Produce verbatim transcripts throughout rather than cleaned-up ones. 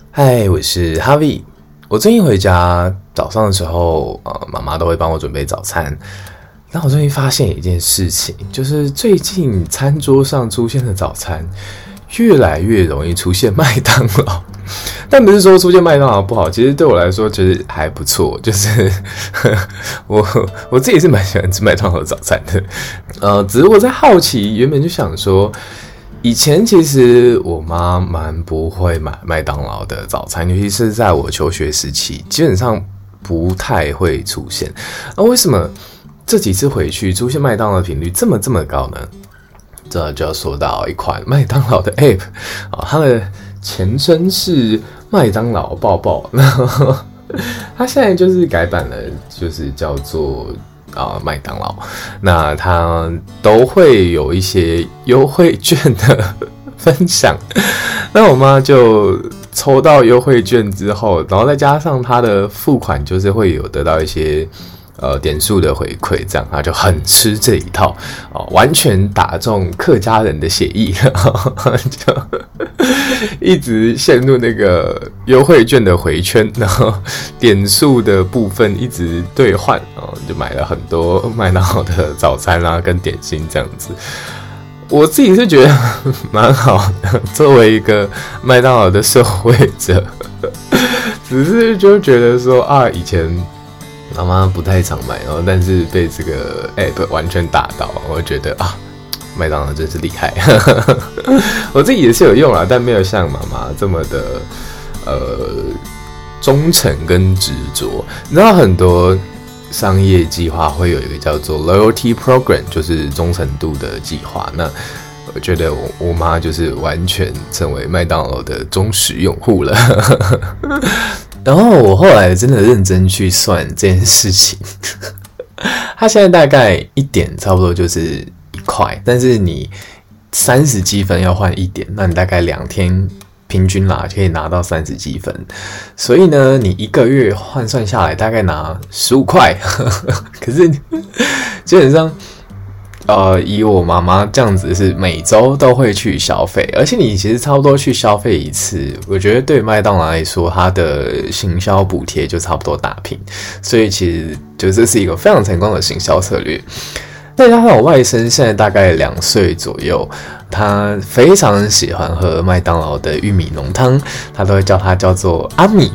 嗨，我是 Harvie。我最近回家早上的时候，呃，妈妈都会帮我准备早餐。那我最近发现一件事情，就是最近餐桌上出现的早餐越来越容易出现麦当劳。但不是说出现麦当劳不好，其实对我来说其实还不错。就是我我自己是蛮喜欢吃麦当劳的早餐的。呃，只是我在好奇，原本就想说。以前其实我妈蛮不会买麦当劳的早餐，尤其是在我求学时期，基本上不太会出现。那为什么这几次回去出现麦当劳的频率这么这么高呢？这就要说到一款麦当劳的 App 啊，它的前身是麦当劳抱抱，然后它现在就是改版了，就是叫做。啊，麦当劳，那它都会有一些优惠券的分享。那我妈就抽到优惠券之后，然后再加上她的付款，就是会有得到一些呃点数的回馈，这样她就很吃这一套哦，完全打中客家人的血液，就一直陷入那个优惠券的回圈，然后点数的部分一直兑换，哦，就买了很多麦当劳的早餐啦、啊，跟点心这样子。我自己是觉得蛮好的，作为一个麦当劳的受惠者，只是就觉得说啊，以前妈妈不太常买，然后但是被这个 app 完全打到，我觉得啊。麦当劳真是厉害，我自己也是有用啦，但没有像妈妈这么的呃忠诚跟执着。你知道很多商业计划会有一个叫做 loyalty program， 就是忠诚度的计划。那我觉得我我妈就是完全成为麦当劳的忠实用户了。然后我后来真的认真去算这件事情，它现在大概一点差不多就是一块，但是你三十积分要换一点，那你大概两天平均啦可以拿到三十积分，所以呢，你一个月换算下来大概拿十五块，可是基本上。呃，以我妈妈这样子是每周都会去消费，而且你其实差不多去消费一次，我觉得对麦当劳来说，它的行销补贴就差不多打平，所以其实就这是一个非常成功的行销策略。再加上我外甥现在大概两岁左右，他非常喜欢喝麦当劳的玉米浓汤，他都会叫他叫做阿米，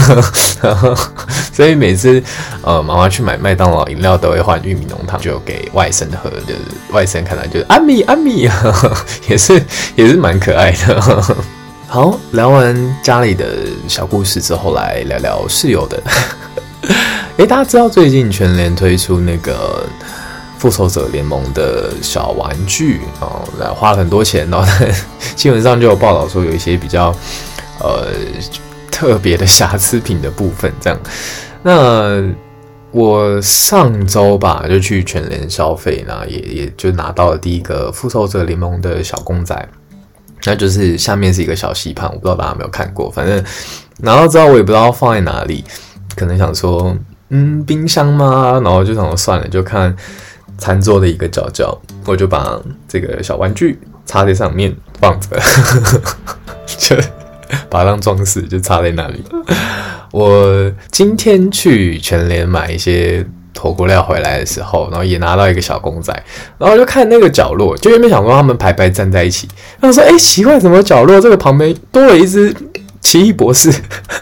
所以每次呃妈妈去买麦当劳饮料都会换玉米浓汤，就给外甥喝，就是外甥看到就是阿米阿米，也是也是蛮可爱的。好，聊完家里的小故事之后，来聊聊室友的。诶，大家知道最近全联推出那个。复仇者联盟的小玩具哦，花了很多钱，然后新闻上就有报道说有一些比较呃特别的瑕疵品的部分，这样。那我上周吧就去全联消费，那也也就拿到了第一个复仇者联盟的小公仔，那就是下面是一个小吸盘，我不知道大家有没有看过，反正拿到之后我也不知道放在哪里，可能想说嗯冰箱吗？然后就想说算了，就看。餐桌的一个角角，我就把这个小玩具插在上面放着，就把它当装饰，就插在那里。我今天去全联买一些火锅料回来的时候，然后也拿到一个小公仔，然后就看那个角落，就原本想说他们排排站在一起，然后说：“哎、欸，奇怪，怎么角落这个旁边多了一只奇异博士？”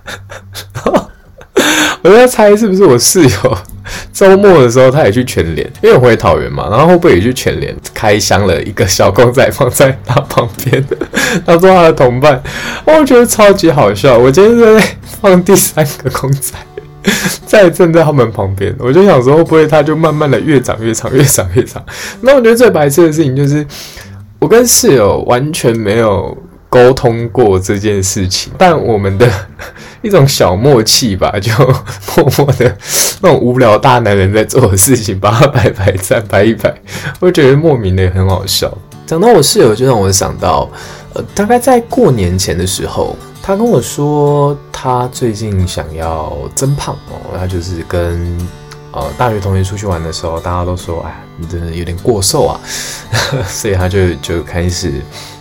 我在猜是不是我室友周末的时候他也去全联，因为我回桃园嘛，然后会不会也去全联开箱了一个小公仔放在他旁边，他说他的同伴，我觉得超级好笑。我今天在放第三个公仔，在站在他们旁边，我就想说会不会他就慢慢的越长越长越长越长。那我觉得最白痴的事情就是，我跟室友完全没有沟通过这件事情，但我们的一种小默契吧，就默默的那种无聊大男人在做的事情，把它排排站排一排，我觉得莫名的很好笑。讲到我室友，就让我想到，呃，大概在过年前的时候，他跟我说他最近想要增胖哦，他就是跟呃大学同学出去玩的时候，大家都说，哎，你真的有点过瘦啊，所以他就就开始。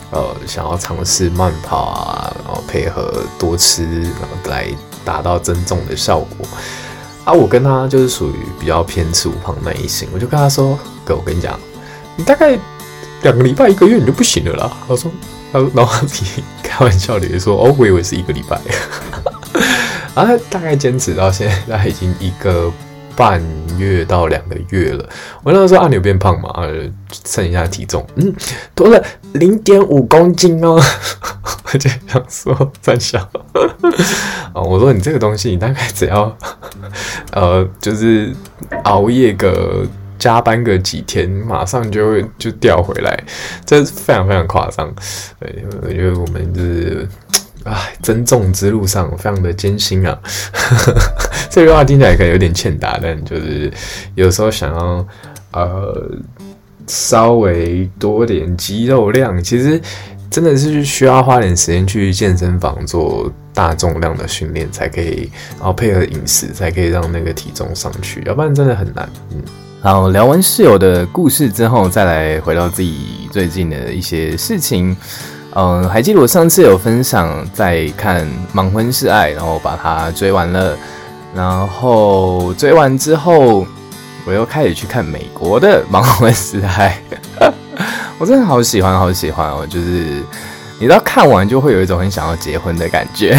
呃想要尝试慢跑啊，然后配合多吃，然后来达到增重的效果。啊，我跟他就是属于比较偏吃无胖那一型，我就跟他说：“哥，我跟你讲，你大概两个礼拜、一个月你就不行了啦。”他说：“他然后他自己开玩笑的说：‘哦，我以为是一个礼拜。’然后他大概坚持到现在，已经一个半月到两个月了。我那时候说：‘啊，你有变胖吗？’称一下体重，嗯，多了零点五公斤哦。我就想说，在想，哦，我说你这个东西，你大概只要，呃，就是熬夜个加班个几天，马上就会就掉回来，这非常非常夸张。对，我觉得我们就是，唉，增重之路上非常的艰辛啊。这句话听起来可能有点欠打，但就是有时候想要，呃。稍微多点肌肉量，其实真的是需要花点时间去健身房做大重量的训练，才可以，然后配合饮食，才可以让那个体重上去，要不然真的很难。嗯， 好，聊完室友的故事之后，再来回到自己最近的一些事情。嗯，还记得我上次有分享在看《盲婚试爱》，然后把它追完了，然后追完之后。我又开始去看美国的《盲婚试爱》，我真的好喜欢，好喜欢哦！就是你知道，看完就会有一种很想要结婚的感觉，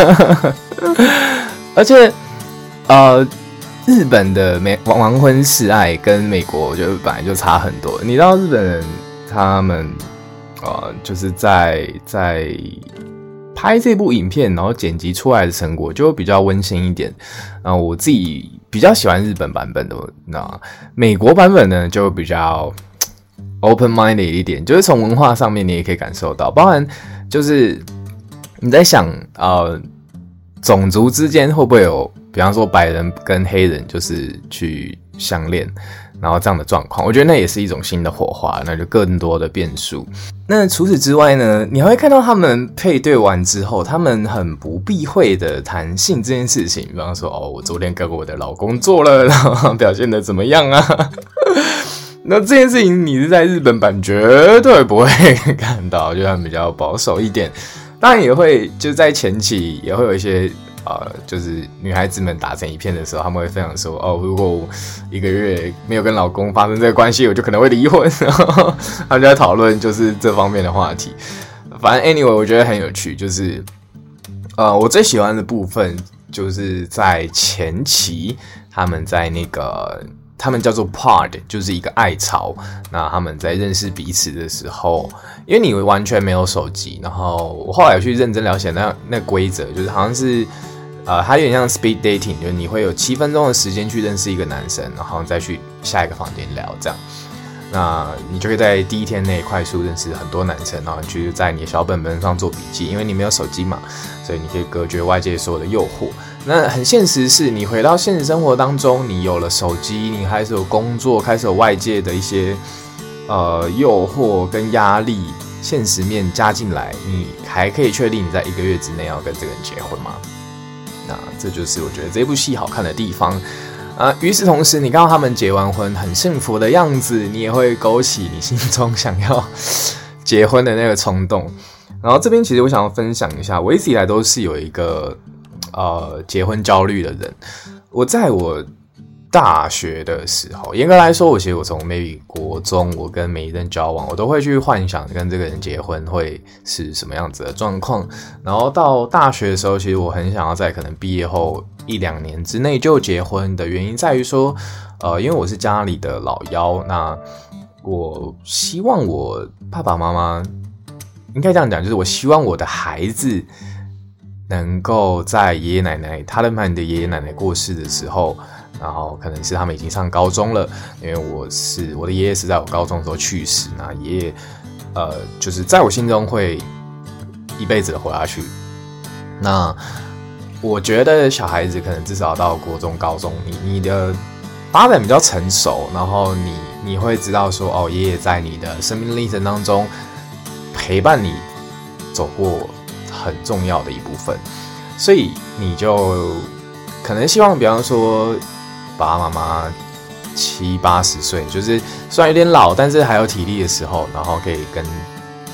而且呃，日本的《盲婚试爱》跟美国就本来就差很多。你知道日本人他们呃，就是在在拍这部影片，然后剪辑出来的成果就比较温馨一点。然后我自己。比较喜欢日本版本的，那美国版本呢就比较 open-minded 一点，就是从文化上面你也可以感受到，包含就是你在想呃种族之间会不会有，比方说白人跟黑人就是去相恋，然后这样的状况，我觉得那也是一种新的火花，那就更多的变数。那除此之外呢，你还会看到他们配对完之后，他们很不避讳的谈性这件事情，比方说哦，我昨天跟我的老公做了，然后表现得怎么样啊？那这件事情你是在日本版绝对不会看到，就他们比较保守一点。当然也会就在前期也会有一些呃，就是女孩子们打成一片的时候，他们会分享说哦，如果我一个月没有跟老公发生这个关系，我就可能会离婚。然后他们就在讨论就是这方面的话题。反正 anyway， 我觉得很有趣，就是呃，我最喜欢的部分就是在前期他们在那个。他们叫做 pod， 就是一个爱巢。那他们在认识彼此的时候，因为你完全没有手机，然后我后来有去认真了解那那规则，就是好像是呃，它有点像 speed dating， 就是你会有七分钟的时间去认识一个男生，然后再去下一个房间聊这样。那你就可以在第一天内快速认识很多男生，然后你去在你的小本本上做笔记，因为你没有手机嘛，所以你可以隔绝外界所有的诱惑。那很现实是，你回到现实生活当中，你有了手机，你开始有工作，开始有外界的一些呃诱惑跟压力，现实面加进来，你还可以确定你在一个月之内要跟这个人结婚吗？那这就是我觉得这部戏好看的地方。啊，与此同时，你看到他们结完婚很幸福的样子，你也会勾起你心中想要结婚的那个冲动。然后这边其实我想要分享一下，我一直以来都是有一个呃结婚焦虑的人。我在我大学的时候，严格来说，我其实我从 maybe 国中，我跟每一任交往，我都会去幻想跟这个人结婚会是什么样子的状况。然后到大学的时候，其实我很想要在可能毕业后一两年之内就结婚的原因在于说，呃，因为我是家里的老幺，那我希望我爸爸妈妈应该这样讲，就是我希望我的孩子能够在爷爷奶奶他们的爷爷奶奶过世的时候，然后可能是他们已经上高中了，因为我是我的爷爷是在我高中的时候去世，那爷爷呃就是在我心中会一辈子的活下去。那我觉得小孩子可能至少到国中、高中，你你的发展比较成熟，然后你你会知道说，哦，爷爷在你的生命历程当中陪伴你走过很重要的一部分，所以你就可能希望，比方说爸爸妈妈七八十岁，就是虽然有点老，但是还有体力的时候，然后可以跟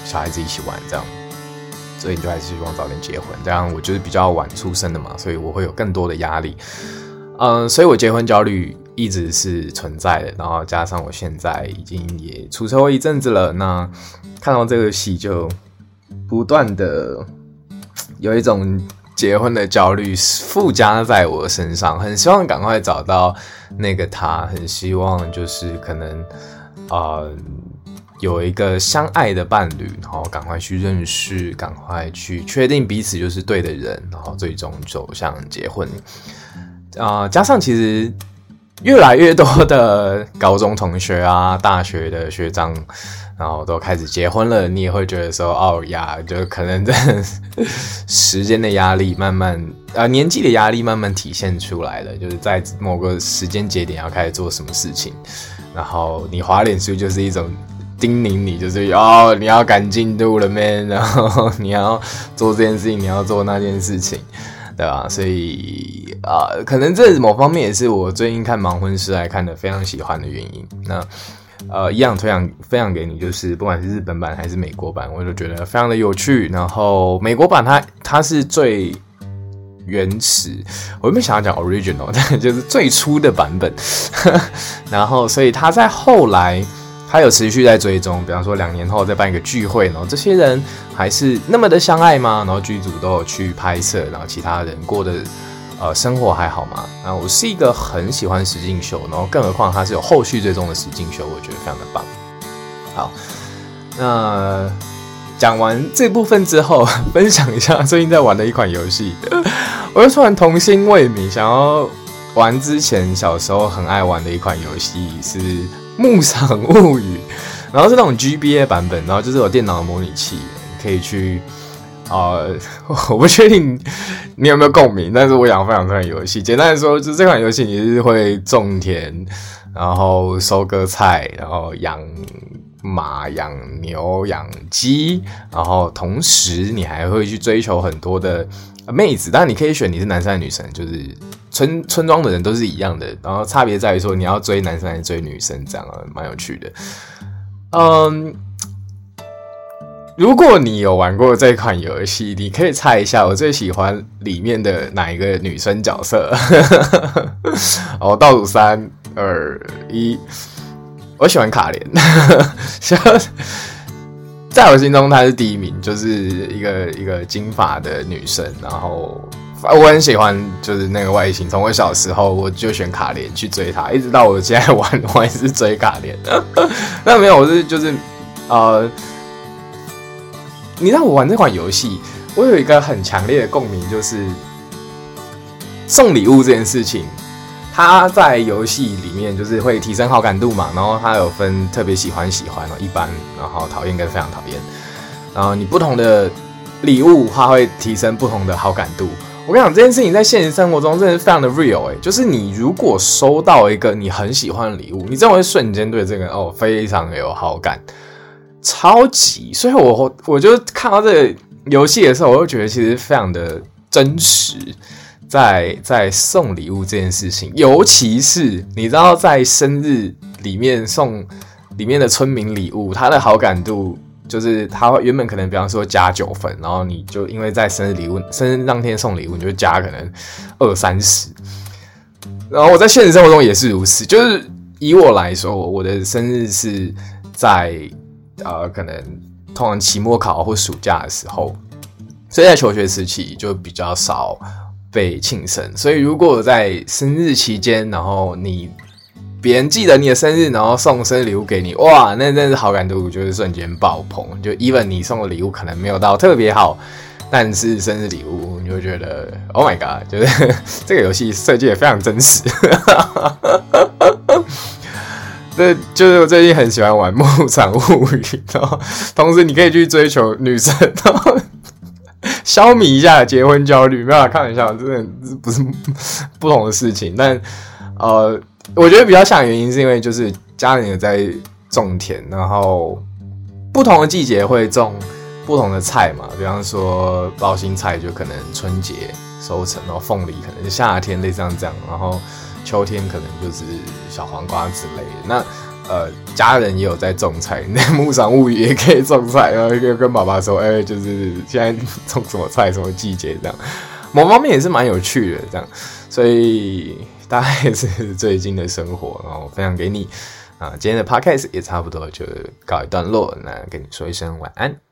小孩子一起玩这样，所以你就还是希望早点结婚。这样我就是比较晚出生的嘛，所以我会有更多的压力。嗯，所以我结婚焦虑一直是存在的，然后加上我现在已经也出社会一阵子了，那看到这个戏就不断的有一种结婚的焦虑附加在我身上，很希望赶快找到那个他，很希望就是可能呃有一个相爱的伴侣，然后赶快去认识，赶快去确定彼此就是对的人，然后最终走向结婚。啊、呃，加上其实越来越多的高中同学啊、大学的学长，然后都开始结婚了，你也会觉得说，哦呀，就可能这时间的压力慢慢，呃，年纪的压力慢慢体现出来了，就是在某个时间节点要开始做什么事情，然后你滑脸书就是一种叮咛你，就是哦，你要赶进度了 man， 然后你要做这件事情，你要做那件事情。对吧？所以啊、呃，可能这某方面也是我最近看《盲婚试爱》看的非常喜欢的原因。那呃，一样推荐分享给你，就是不管是日本版还是美国版，我就觉得非常的有趣。然后美国版它它是最原始，我原本想要讲 original， 但就是最初的版本。然后，所以它在后来。他有持续在追踪，比方说两年后再办一个聚会，然后这些人还是那么的相爱吗？然后剧组都有去拍摄，然后其他人过的呃生活还好吗？那我是一个很喜欢实境秀，然后更何况它是有后续追踪的实境秀，我觉得非常的棒。好，那讲完这部分之后，分享一下最近在玩的一款游戏，我就突然童心未泯，想要玩之前小时候很爱玩的一款游戏是。牧场物语，然后是那种 G B A 版本，然后就是有电脑的模拟器，你可以去，呃，我不确定你有没有共鸣，但是我想分享这款游戏。简单来说，就是这款游戏你是会种田，然后收割菜，然后养马、养牛、养鸡，然后同时你还会去追求很多的妹子，当然你可以选你是男生还是女生，就是村村庄的人都是一样的，然后差别在于说你要追男生还是追女生，这样蛮有趣的。嗯，如果你有玩过这款游戏，你可以猜一下我最喜欢里面的哪一个女生角色。哦，倒数三二一，我喜欢卡莲。在我心中她是第一名，就是一个一个金发的女生，然后我很喜欢就是那个外形，从我小时候我就选卡莲去追她，一直到我现在玩我还是追卡莲。那没有，我是就是呃，你让我玩这款游戏，我有一个很强烈的共鸣，就是送礼物这件事情。他在游戏里面就是会提升好感度嘛，然后他有分特别喜欢、喜欢，一般，然后讨厌跟非常讨厌。然后你不同的礼物，它会提升不同的好感度。我跟你讲，这件事情在现实生活中真的是非常的 real 哎、欸，就是你如果收到一个你很喜欢的礼物，你真的会瞬间对这个人哦非常有好感，超级。所以我我就看到这个游戏的时候，我就觉得其实非常的真实。在在送礼物这件事情，尤其是你知道，在生日里面送里面的村民礼物，他的好感度就是他原本可能比方说加九分，然后你就因为在生日礼物生日当天送礼物，你就加可能二三十。然后我在现实生活中也是如此，就是以我来说，我的生日是在呃可能通常期末考或暑假的时候，所以在求学时期就比较少被庆生，所以如果在生日期间，然后你别人记得你的生日，然后送生日礼物给你，哇，那真是好感度就是瞬间爆棚。就 even 你送的礼物可能没有到特别好，但是生日礼物你就觉得 Oh my god， 就是这个游戏设计也非常真实。这就是我最近很喜欢玩牧场物语，然后同时你可以去追求女生，然后消弭一下结婚焦虑，没有开玩笑，真的不是不同的事情。但呃，我觉得比较像的原因是因为就是家人也在种田，然后不同的季节会种不同的菜嘛，比方说包心菜就可能春节收成，然后凤梨可能是夏天类似像这样，然后秋天可能就是小黄瓜之类的。那呃，家人也有在种菜，那牧场物语也可以种菜，然后就跟爸爸说，哎、欸，就是现在种什么菜，什么季节这样，某方面也是蛮有趣的这样，所以大概也是最近的生活，然后分享给你啊。今天的 podcast 也差不多就告一段落，那跟你说一声晚安。